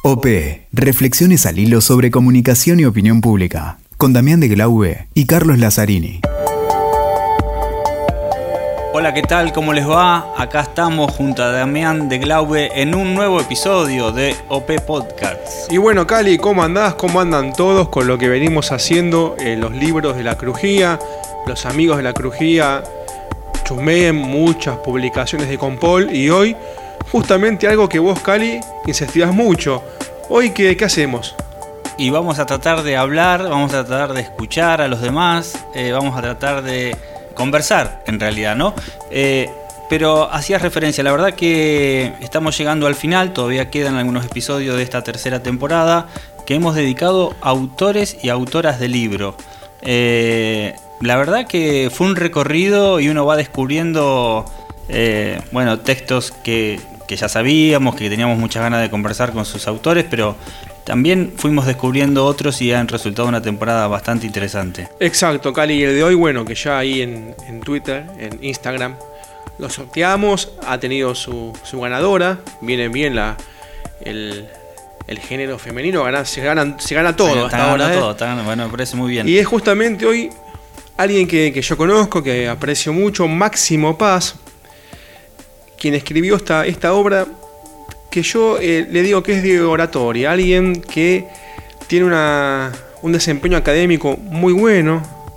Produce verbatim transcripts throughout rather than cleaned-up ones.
O P, Reflexiones al hilo sobre comunicación y opinión pública, con Damián de Glaube y Carlos Lazzarini. Hola, ¿qué tal? ¿Cómo les va? Acá estamos junto a Damián de Glaube en un nuevo episodio de O P Podcast. Y bueno, Cali, ¿cómo andás? ¿Cómo andan todos con lo que venimos haciendo en los libros de la Crujía? Los amigos de la Crujía chusmeen muchas publicaciones de Compol y hoy justamente algo que vos, Cali, insistías mucho. Hoy, ¿qué, qué hacemos? Y vamos a tratar de hablar, vamos a tratar de escuchar a los demás, eh, vamos a tratar de conversar, en realidad, ¿no? Eh, pero hacías referencia, la verdad que estamos llegando al final, todavía quedan algunos episodios de esta tercera temporada que hemos dedicado a autores y autoras de libro. Eh, la verdad que fue un recorrido y uno va descubriendo, eh, bueno, textos que... que ya sabíamos, que teníamos muchas ganas de conversar con sus autores, pero también fuimos descubriendo otros y han resultado una temporada bastante interesante. Exacto, Cali, y el de hoy, bueno, que ya ahí en, en Twitter, en Instagram, lo sorteamos, ha tenido su, su ganadora, viene bien la el, el género femenino, gana, se, ganan, se gana todo está, hasta está ahora. Todo, ¿eh? está ganando, bueno, me parece muy bien. Y es justamente hoy alguien que, que yo conozco, que aprecio mucho, Máximo Paz, quien escribió esta, esta obra que yo eh, le digo que es de oratoria, alguien que tiene una, un desempeño académico muy bueno,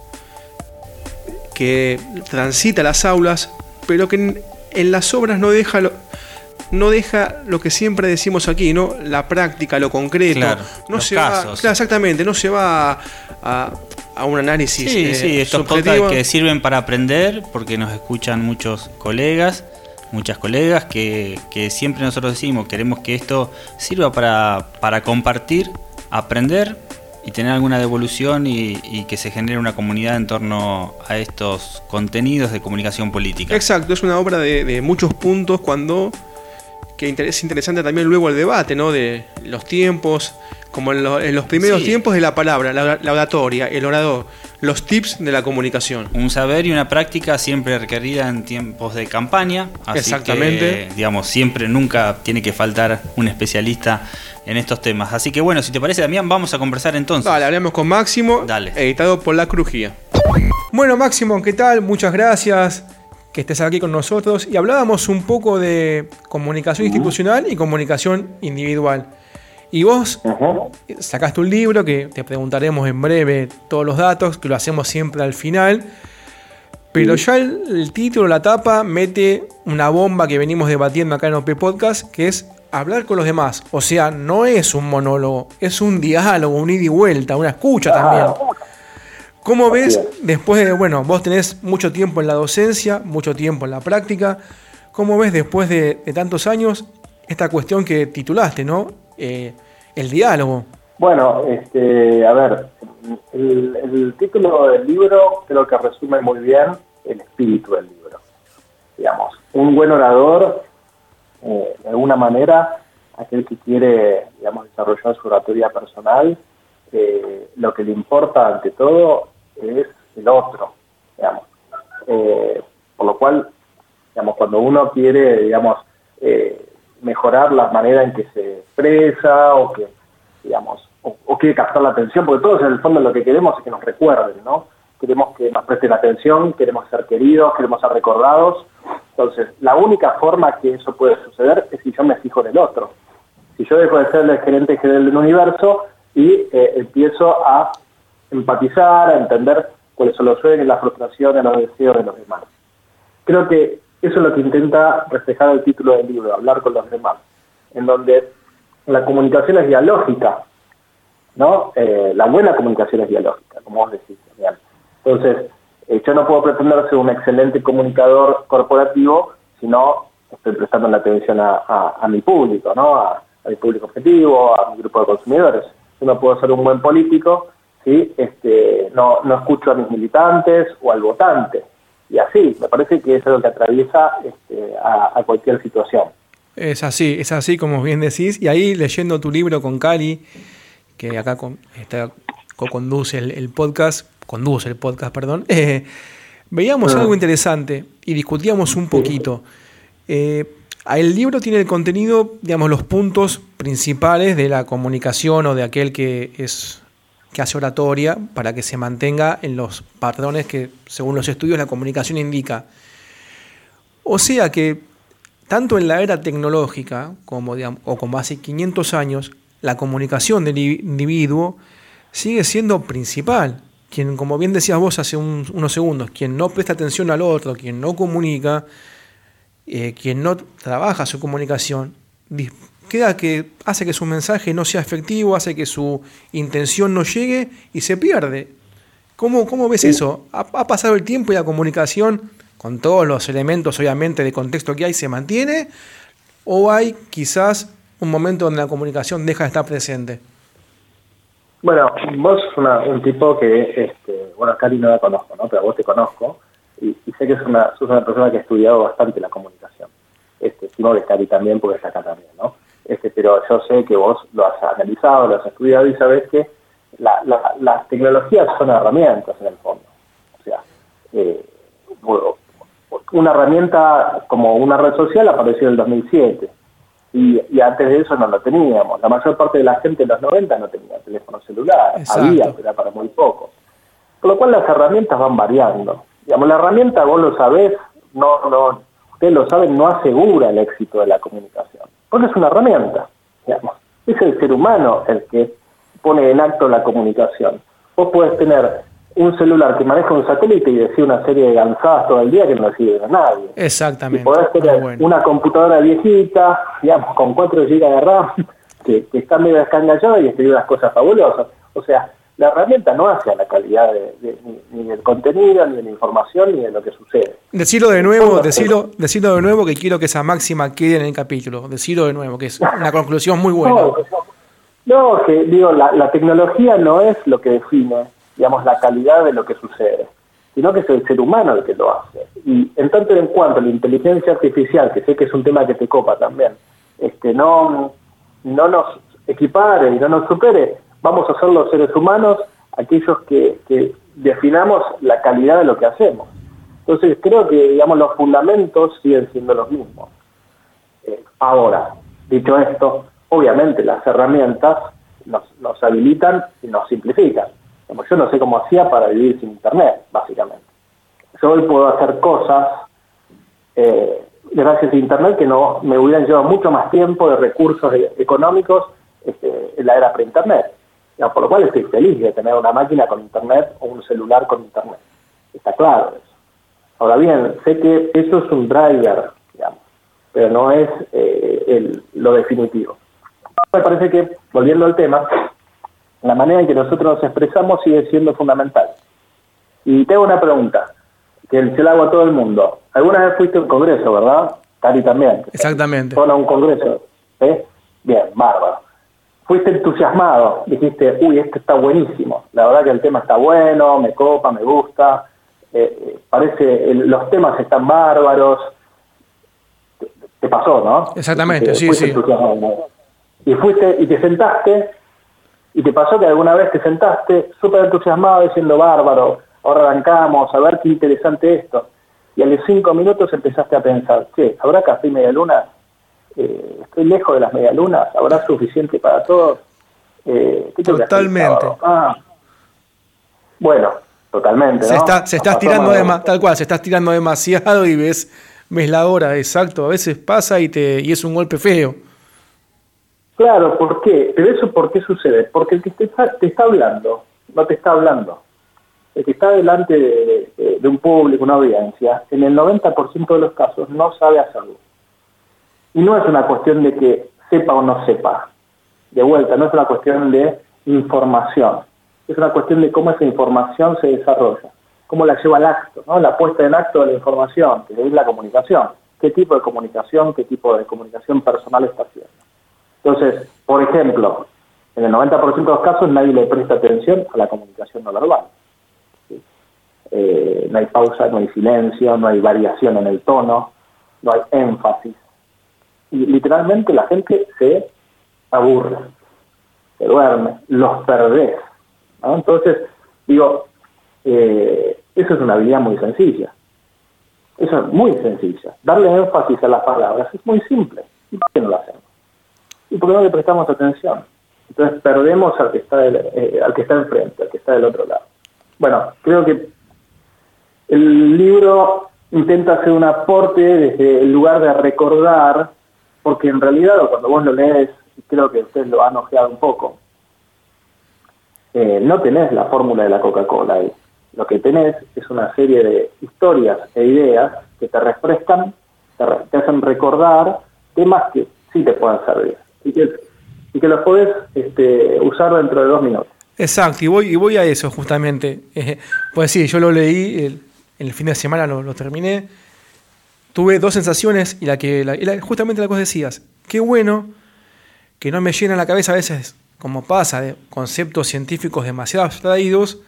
que transita las aulas, pero que en, en las obras no deja, lo, no deja lo que siempre decimos aquí, ¿no? La práctica, lo concreto. Claro, no los se casos. va, claro, exactamente, no se va a, a, a un análisis. Sí, eh, sí, estos podcasts que sirven para aprender, porque nos escuchan muchos colegas. Muchas colegas que, que siempre nosotros decimos, queremos que esto sirva para, para compartir, aprender y tener alguna devolución y, y que se genere una comunidad en torno a estos contenidos de comunicación política. Exacto, es una obra de, de muchos puntos cuando que es interesante también luego el debate, ¿no? De los tiempos, como en, lo, en los primeros sí. tiempos de la palabra, la, la oratoria, el orador, los tips de la comunicación. Un saber y una práctica siempre requerida en tiempos de campaña. Así Exactamente. Que, digamos, siempre, nunca tiene que faltar un especialista en estos temas. Así que bueno, si te parece, Damián, vamos a conversar entonces. Vale, hablamos con Máximo, Dale. Editado por La Crujía. Bueno, Máximo, ¿qué tal? Muchas gracias que estés aquí con nosotros. Y hablábamos un poco de comunicación institucional y comunicación individual. Y vos uh-huh. sacaste un libro que te preguntaremos en breve todos los datos, que lo hacemos siempre al final. Pero uh-huh. ya el, el título, la tapa, mete una bomba que venimos debatiendo acá en O P Podcast, que es hablar con los demás. O sea, no es un monólogo, es un diálogo, un ida y vuelta, una escucha también. ¿Cómo ves, después de, bueno, vos tenés mucho tiempo en la docencia, mucho tiempo en la práctica, cómo ves después de, de tantos años esta cuestión que titulaste, ¿no? Eh, el diálogo. Bueno, este, a ver, el, el título del libro creo que resume muy bien el espíritu del libro. Digamos, un buen orador, eh, de alguna manera, aquel que quiere, digamos, desarrollar su oratoria personal, eh, lo que le importa ante todo es el otro, digamos. Eh, por lo cual, digamos, cuando uno quiere, digamos, eh, mejorar la manera en que se expresa o que, digamos, o, o quiere captar la atención, porque todos en el fondo lo que queremos es que nos recuerden, ¿no? Queremos que nos presten atención, queremos ser queridos, queremos ser recordados. Entonces, la única forma que eso puede suceder es si yo me fijo en el otro. Si yo dejo de ser el gerente general del universo y eh, empiezo a empatizar, a entender cuáles son los sueños, las frustraciones, los deseos de los demás. Creo que eso es lo que intenta reflejar el título del libro, hablar con los demás, en donde la comunicación es dialógica, ¿no? Eh, la buena comunicación es dialógica, como vos decís, bien. Entonces, eh, yo no puedo pretender ser un excelente comunicador corporativo si no estoy prestando la atención a, a, a mi público, ¿no? A, a mi público objetivo, a mi grupo de consumidores. Yo no puedo ser un buen político si este, no, no escucho a mis militantes o al votante. Y así, me parece que eso es lo que atraviesa este, a, a cualquier situación. Es así, es así como bien decís. Y ahí leyendo tu libro con Cali, que acá con, está, co-conduce el, el podcast, conduce el podcast, perdón, eh, veíamos uh-huh. algo interesante y discutíamos un poquito. Eh, El libro tiene el contenido, digamos, los puntos principales de la comunicación o de aquel que es que hace oratoria para que se mantenga en los patrones que, según los estudios, la comunicación indica. O sea que, tanto en la era tecnológica como, digamos, o como hace quinientos años, la comunicación del individuo sigue siendo principal. Quien, como bien decías vos hace un, unos segundos, quien no presta atención al otro, quien no comunica, eh, quien no trabaja su comunicación, queda que hace que su mensaje no sea efectivo, hace que su intención no llegue y se pierde. ¿Cómo, cómo ves eso? ¿Ha, ha pasado el tiempo y la comunicación, con todos los elementos obviamente de contexto que hay, se mantiene? ¿O hay quizás un momento donde la comunicación deja de estar presente? Bueno, vos sos una, un tipo que, este, bueno, a Cari no la conozco, ¿no? Pero a vos te conozco y, y sé que sos una, sos una persona que ha estudiado bastante la comunicación. Este, no de Cari también, porque es acá también, ¿no? Este, pero yo sé que vos lo has analizado, lo has estudiado y sabés que la, la, las tecnologías son herramientas en el fondo. O sea, eh, una herramienta como una red social apareció en el dos mil siete. Y, y antes de eso no lo teníamos. La mayor parte de la gente en los noventa no tenía teléfono celular. Exacto. Había, pero era para muy poco. Por lo cual las herramientas van variando. Digamos, la herramienta, vos lo sabés, no, no, ustedes lo saben, no asegura el éxito de la comunicación. Porque es una herramienta. Digamos. Es el ser humano el que pone en acto la comunicación. Vos podés tener un celular que maneja un satélite y decir una serie de gansadas todo el día que no sirve a nadie. Exactamente. Y podés tener bueno. una computadora viejita, digamos, con cuatro gigas de RAM, que, que está medio descangallada y escribe unas cosas fabulosas. O sea, la herramienta no hace a la calidad de, de, ni, ni del contenido, ni de la información, ni de lo que sucede. Decirlo de nuevo, decirlo, decirlo de nuevo, que quiero que esa máxima quede en el capítulo. Decirlo de nuevo, que es una conclusión muy buena. No, no que digo, la, la tecnología no es lo que define, digamos, la calidad de lo que sucede, sino que es el ser humano el que lo hace. Y en tanto y en cuanto la inteligencia artificial, que sé que es un tema que te copa también, este, no, no nos equipare y no nos supere, vamos a ser los seres humanos aquellos que, que definamos la calidad de lo que hacemos. Entonces creo que, digamos, los fundamentos siguen siendo los mismos. Eh, ahora, dicho esto, obviamente las herramientas nos, nos habilitan y nos simplifican. Como yo no sé cómo hacía para vivir sin internet, básicamente. Yo hoy puedo hacer cosas eh, gracias a internet que no me hubieran llevado mucho más tiempo de recursos de, económicos este, en la era pre-internet. Ya, por lo cual estoy feliz de tener una máquina con internet o un celular con internet. Está claro eso. Ahora bien, sé que eso es un driver, digamos, pero no es eh, el, lo definitivo. Me parece que, volviendo al tema, la manera en que nosotros nos expresamos sigue siendo fundamental. Y tengo una pregunta, que se la hago a todo el mundo. ¿Alguna vez fuiste a un congreso, verdad? Cari también. Exactamente. ¿Fueron a un congreso? ¿Eh? Bien, bárbaro. Fuiste entusiasmado, dijiste, uy, este está buenísimo. La verdad que el tema está bueno, me copa, me gusta. Eh, parece, el, los temas están bárbaros. Te, te pasó, ¿no? Exactamente, te, sí, fuiste sí. Entusiasmado. Y fuiste y te sentaste. ¿Y te pasó que alguna vez te sentaste súper entusiasmado diciendo, bárbaro, ahora arrancamos, a ver qué interesante esto? Y a los cinco minutos empezaste a pensar, che, ¿habrá café y media luna? Eh, ¿Estoy lejos de las medialunas? ¿Habrá suficiente para todos? Eh, ¿qué Totalmente. Ah, bueno, totalmente, ¿no? Se está, se está estirando dema- tal cual, se está estirando demasiado y ves, ves la hora, exacto. A veces pasa y, te, y es un golpe feo. Claro, ¿por qué? Pero eso ¿por qué sucede? Porque el que te está, te está hablando, no te está hablando. El que está delante de, de, de un público, una audiencia, en el noventa por ciento de los casos no sabe hacerlo. Y no es una cuestión de que sepa o no sepa. De vuelta, no es una cuestión de información. Es una cuestión de cómo esa información se desarrolla. Cómo la lleva al acto, ¿no? La puesta en acto de la información, que es la comunicación. ¿Qué tipo de comunicación, qué tipo de comunicación personal está haciendo? Entonces, por ejemplo, en el noventa por ciento de los casos nadie le presta atención a la comunicación no verbal. ¿Sí? Eh, no hay pausa, no hay silencio, no hay variación en el tono, no hay énfasis. Y literalmente la gente se aburre, se duerme, los perdés, ¿no? Entonces, digo, eh, eso es una habilidad muy sencilla. Eso es muy sencillo. Darle énfasis a las palabras es muy simple. ¿Y por qué no lo hacemos? ¿Y por qué no le prestamos atención? Entonces perdemos al que está del, eh, al que está enfrente, al que está del otro lado. Bueno, creo que el libro intenta hacer un aporte desde el lugar de recordar, porque en realidad cuando vos lo lees, y creo que ustedes lo han ojeado un poco, eh, no tenés la fórmula de la Coca-Cola ahí. Lo que tenés es una serie de historias e ideas que te refrescan, te, re- te hacen recordar temas que sí te pueden servir y que, y que los podés este, usar dentro de dos minutos. Exacto, y voy, y voy a eso justamente. Eh, pues sí, yo lo leí, el, el fin de semana lo, lo terminé, tuve dos sensaciones y la que la, y la, justamente la que vos decías, qué bueno que no me llena la cabeza a veces, como pasa, de conceptos científicos demasiado abstraídos,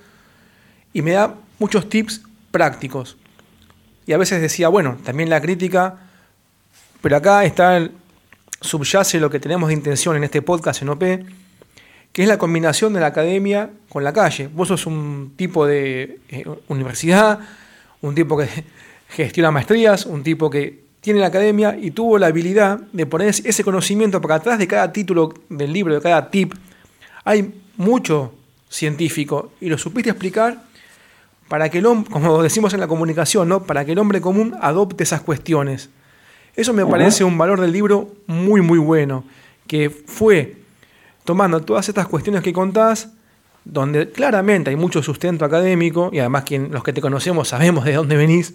y me da muchos tips prácticos. Y a veces decía, bueno, también la crítica, pero acá está el, subyace lo que tenemos de intención en este podcast en O P, que es la combinación de la academia con la calle. Vos sos un tipo de eh, universidad, un tipo que gestiona maestrías, un tipo que tiene la academia y tuvo la habilidad de poner ese conocimiento, porque atrás de cada título del libro, de cada tip, hay mucho científico y lo supiste explicar para que el hombre, como decimos en la comunicación, ¿no? Para que el hombre común adopte esas cuestiones. Eso me uh-huh. parece un valor del libro muy, muy bueno, que fue tomando todas estas cuestiones que contás, donde claramente hay mucho sustento académico, y además quien, los que te conocemos sabemos de dónde venís,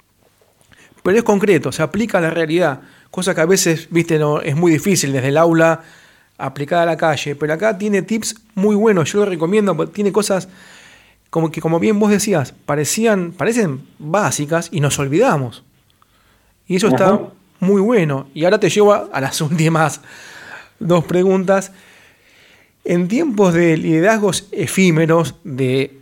pero es concreto, se aplica a la realidad, cosa que a veces, viste, no, es muy difícil desde el aula aplicar a la calle, pero acá tiene tips muy buenos, yo lo recomiendo, porque tiene cosas como que, como bien vos decías, parecían, parecen básicas y nos olvidamos. Y eso uh-huh. está muy bueno. Y ahora te llevo a, a las últimas dos preguntas. En tiempos de liderazgos efímeros, de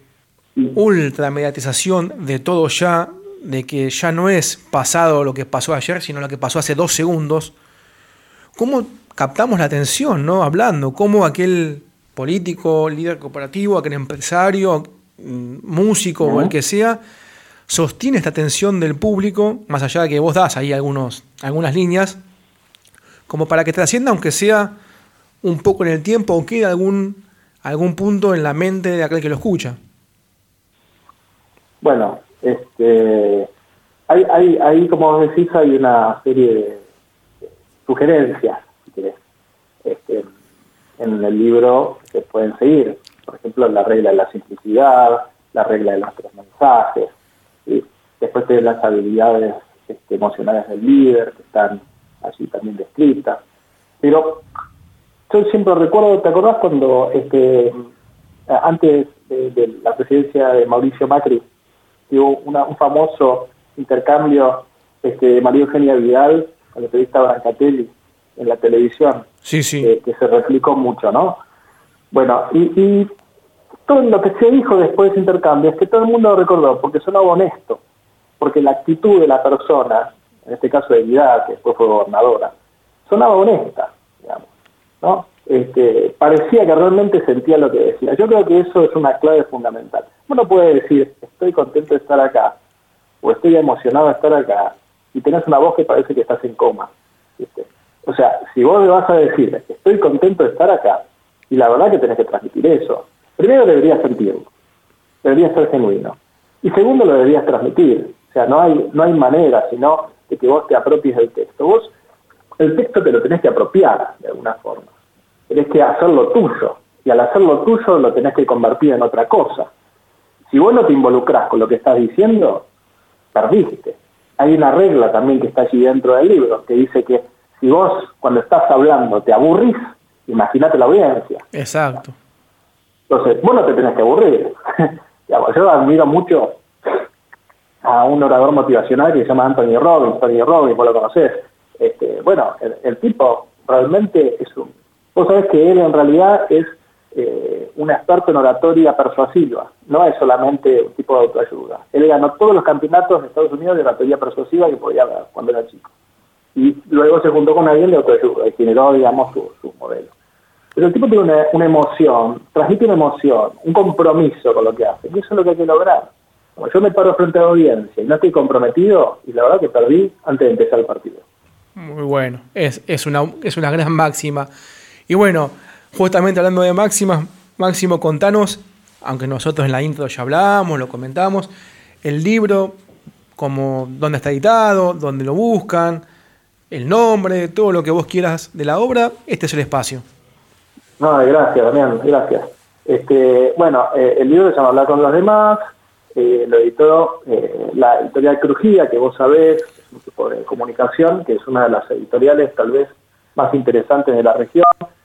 ultramediatización de todo ya, de que ya no es pasado lo que pasó ayer, sino lo que pasó hace dos segundos, ¿cómo captamos la atención, ¿no? Hablando, cómo aquel político, líder corporativo, aquel empresario, músico uh-huh. o el que sea, sostiene esta atención del público, más allá de que vos das ahí algunos, algunas líneas, como para que trascienda, aunque sea un poco en el tiempo, o quede algún, algún punto en la mente de aquel que lo escucha? Bueno, este, hay, hay, hay, como vos decís, hay una serie de sugerencias, si querés, este, en el libro que pueden seguir. Por ejemplo, la regla de la simplicidad, la regla de los tres mensajes, ¿sí? Después de las habilidades este, emocionales del líder, que están allí también descritas. Pero yo siempre recuerdo, ¿te acordás cuando este, antes de, de la presidencia de Mauricio Macri, hubo una, un famoso intercambio este, de María Eugenia Vidal con la periodista Brancatelli en la televisión? Sí, sí. Eh, que se replicó mucho, ¿no? Bueno, y, y todo lo que se dijo después de ese intercambio es que todo el mundo lo recordó, porque sonaba honesto, porque la actitud de la persona, en este caso de Vidal, que después fue gobernadora, sonaba honesta, digamos, ¿no? Este, parecía que realmente sentía lo que decía. Yo creo que eso es una clave fundamental. Uno puede decir, estoy contento de estar acá, o estoy emocionado de estar acá, y tenés una voz que parece que estás en coma, ¿viste? O sea, si vos le vas a decir, estoy contento de estar acá, y la verdad que tenés que transmitir eso, primero deberías sentirlo, deberías ser genuino, y segundo lo deberías transmitir. O sea, no hay no hay manera sino de que vos te apropies del texto. Vos el texto te lo tenés que apropiar de alguna forma, tenés que hacerlo tuyo, y al hacerlo tuyo lo tenés que convertir en otra cosa. Si vos no te involucrás con lo que estás diciendo, perdiste. Hay una regla también que está allí dentro del libro, que dice que si vos cuando estás hablando te aburrís, imagínate la audiencia. Exacto. Entonces, vos no te tenés que aburrir. Yo admiro mucho a un orador motivacional que se llama Anthony Robbins. Anthony Robbins, vos lo conocés. Este, bueno, el, el tipo realmente es un... Vos sabés que él en realidad es eh, un experto en oratoria persuasiva. No es solamente un tipo de autoayuda. Él ganó todos los campeonatos de Estados Unidos de oratoria persuasiva que podía haber cuando era chico. Y luego se juntó con alguien de autoayuda y generó, digamos, su, su modelo. Pero el tipo tiene una, una emoción, transmite una emoción, un compromiso con lo que hace, y eso es lo que hay que lograr. Yo me paro frente a la audiencia y no estoy comprometido, y la verdad que perdí antes de empezar el partido. Muy bueno, es, es, una, es una gran máxima. Y bueno, justamente hablando de máximas, Máximo, contanos, aunque nosotros en la intro ya hablamos, lo comentamos, el libro, como dónde está editado, dónde lo buscan, el nombre, todo lo que vos quieras de la obra, este es el espacio. No, gracias, Damián, gracias. Este, bueno, eh, el libro se llama Hablar con los demás, eh, lo editó eh, la editorial Crujía, que vos sabés, es un tipo de comunicación, que es una de las editoriales tal vez más interesantes de la región.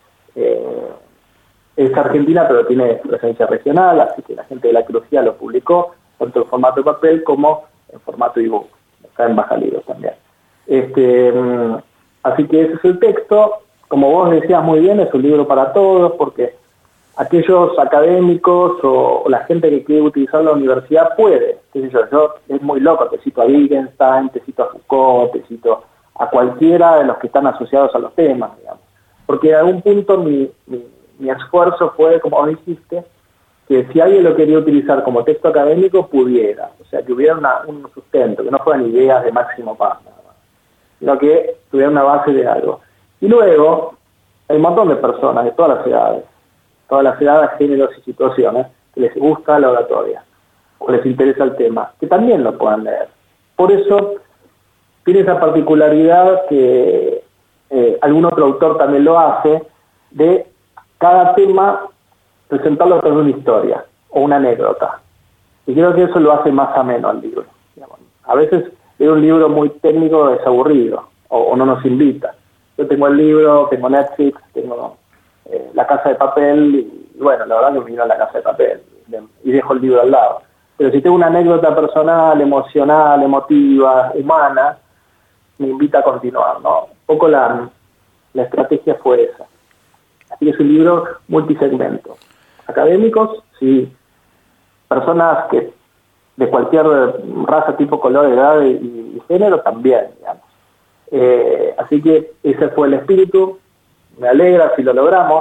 Eh, es argentina, pero tiene presencia regional, así que la gente de la Crujía lo publicó, tanto en formato de papel como en formato ebook, está en Baja Libros también. Este, así que ese es el texto. Como vos decías muy bien, es un libro para todos, porque aquellos académicos o, o la gente que quiere utilizar la universidad puede. ¿Qué sé yo? Yo es muy loco, te cito a Wittgenstein, te cito a Foucault, te cito a cualquiera de los que están asociados a los temas, digamos. Porque en algún punto mi, mi, mi esfuerzo fue, como vos dijiste, que si alguien lo quería utilizar como texto académico, pudiera. O sea, que hubiera una, un sustento, que no fueran ideas de Máximo Paz, nada más, sino que tuviera una base de algo. Y luego, hay un montón de personas de todas las edades, todas las edades, géneros y situaciones, que les gusta la oratoria, o les interesa el tema, que también lo puedan leer. Por eso, tiene esa particularidad que eh, algún otro autor también lo hace, de cada tema presentarlo como una historia, o una anécdota. Y creo que eso lo hace más ameno al libro. Digamos. A veces leer un libro muy técnico es aburrido, o, o no nos invita. Yo tengo el libro, tengo Netflix, tengo eh, La Casa de Papel, y, y bueno, la verdad que me vino a La Casa de Papel, de, y dejo el libro al lado. Pero si tengo una anécdota personal, emocional, emotiva, humana, me invita a continuar, ¿no? Un poco la, la estrategia fue esa. Así que es un libro multisegmento. Académicos, sí. Personas que de cualquier raza, tipo, color, edad y, y género, también, digamos. Eh, así que ese fue el espíritu. Me alegra si lo logramos.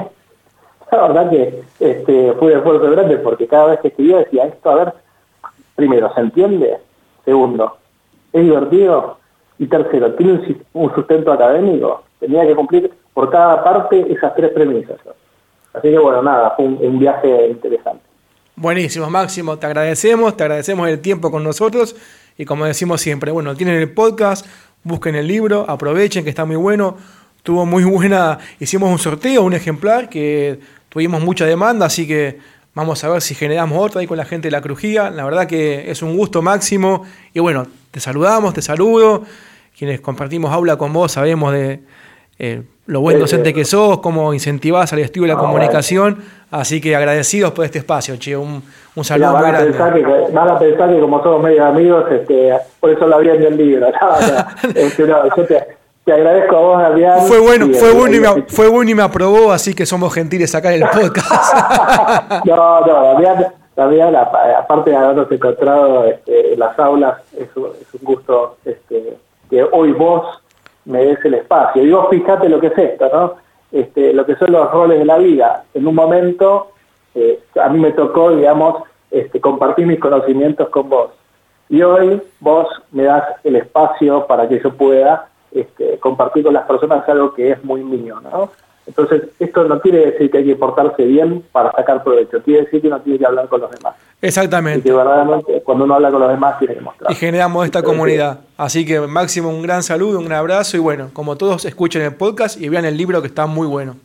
La verdad que este, fue un esfuerzo grande, porque cada vez que escribía decía esto, a ver, primero, ¿se entiende? Segundo, ¿es divertido? Y tercero, ¿tiene un, un sustento académico? Tenía que cumplir por cada parte esas tres premisas. Así que bueno, nada, fue un, un viaje interesante. Buenísimo, Máximo, te agradecemos, te agradecemos el tiempo con nosotros, y como decimos siempre, bueno, tienen el podcast, busquen el libro, aprovechen que está muy bueno, tuvo muy buena, hicimos un sorteo, un ejemplar que tuvimos mucha demanda, así que vamos a ver si generamos otra ahí con la gente de la Crujía. La verdad que es un gusto, Máximo, y bueno, te saludamos, te saludo, quienes compartimos aula con vos sabemos de eh, lo buen docente que sos, cómo incentivás al estudio de la comunicación, así que agradecidos por este espacio, che, un, un saludo Mira, muy van, a grande. que, van a pensar que como somos medio amigos, este, por eso lo habían del libro. No, no, este, no, yo te, te agradezco a vos, Adrián. Fue bueno, y, fue, y, bueno y y, me, fue bueno y me aprobó, así que somos gentiles acá en el podcast. no, no, Damián, Damián, aparte de habernos encontrado este, en las aulas, es un, es un gusto este, que hoy vos me des el espacio. Y vos fijate lo que es esto, ¿no? Este, lo que son los roles de la vida. En un momento, eh, a mí me tocó, digamos, este, compartir mis conocimientos con vos. Y hoy vos me das el espacio para que yo pueda este, compartir con las personas algo que es muy mío, ¿no? Entonces, esto no quiere decir que hay que portarse bien para sacar provecho. Quiere decir que uno tiene que hablar con los demás. Exactamente. Y que verdaderamente, cuando uno habla con los demás, tiene que mostrar. Y generamos esta comunidad. Así que, Máximo, un gran saludo, un gran abrazo. Y bueno, como todos, escuchen el podcast y vean el libro, que está muy bueno.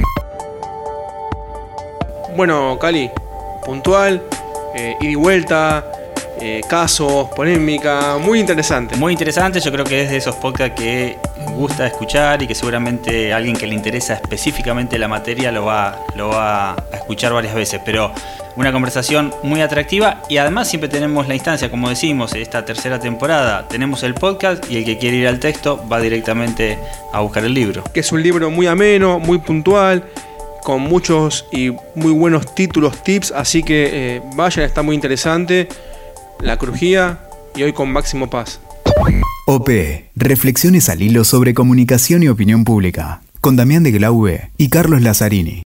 Bueno, Cali, puntual, eh, ida y vuelta, eh, casos, polémica, muy interesante. Muy interesante, yo creo que es de esos podcasts que gusta escuchar y que seguramente alguien que le interesa específicamente la materia lo va, lo va a escuchar varias veces, pero una conversación muy atractiva. Y además siempre tenemos la instancia, como decimos, esta tercera temporada, tenemos el podcast y el que quiere ir al texto va directamente a buscar el libro. Que es un libro muy ameno, muy puntual, con muchos y muy buenos títulos, tips, así que eh, vayan, está muy interesante. La Crujía, y hoy con Máximo Paz. O P. Reflexiones al hilo sobre comunicación y opinión pública, con Damián de Glaube y Carlos Lazzarini.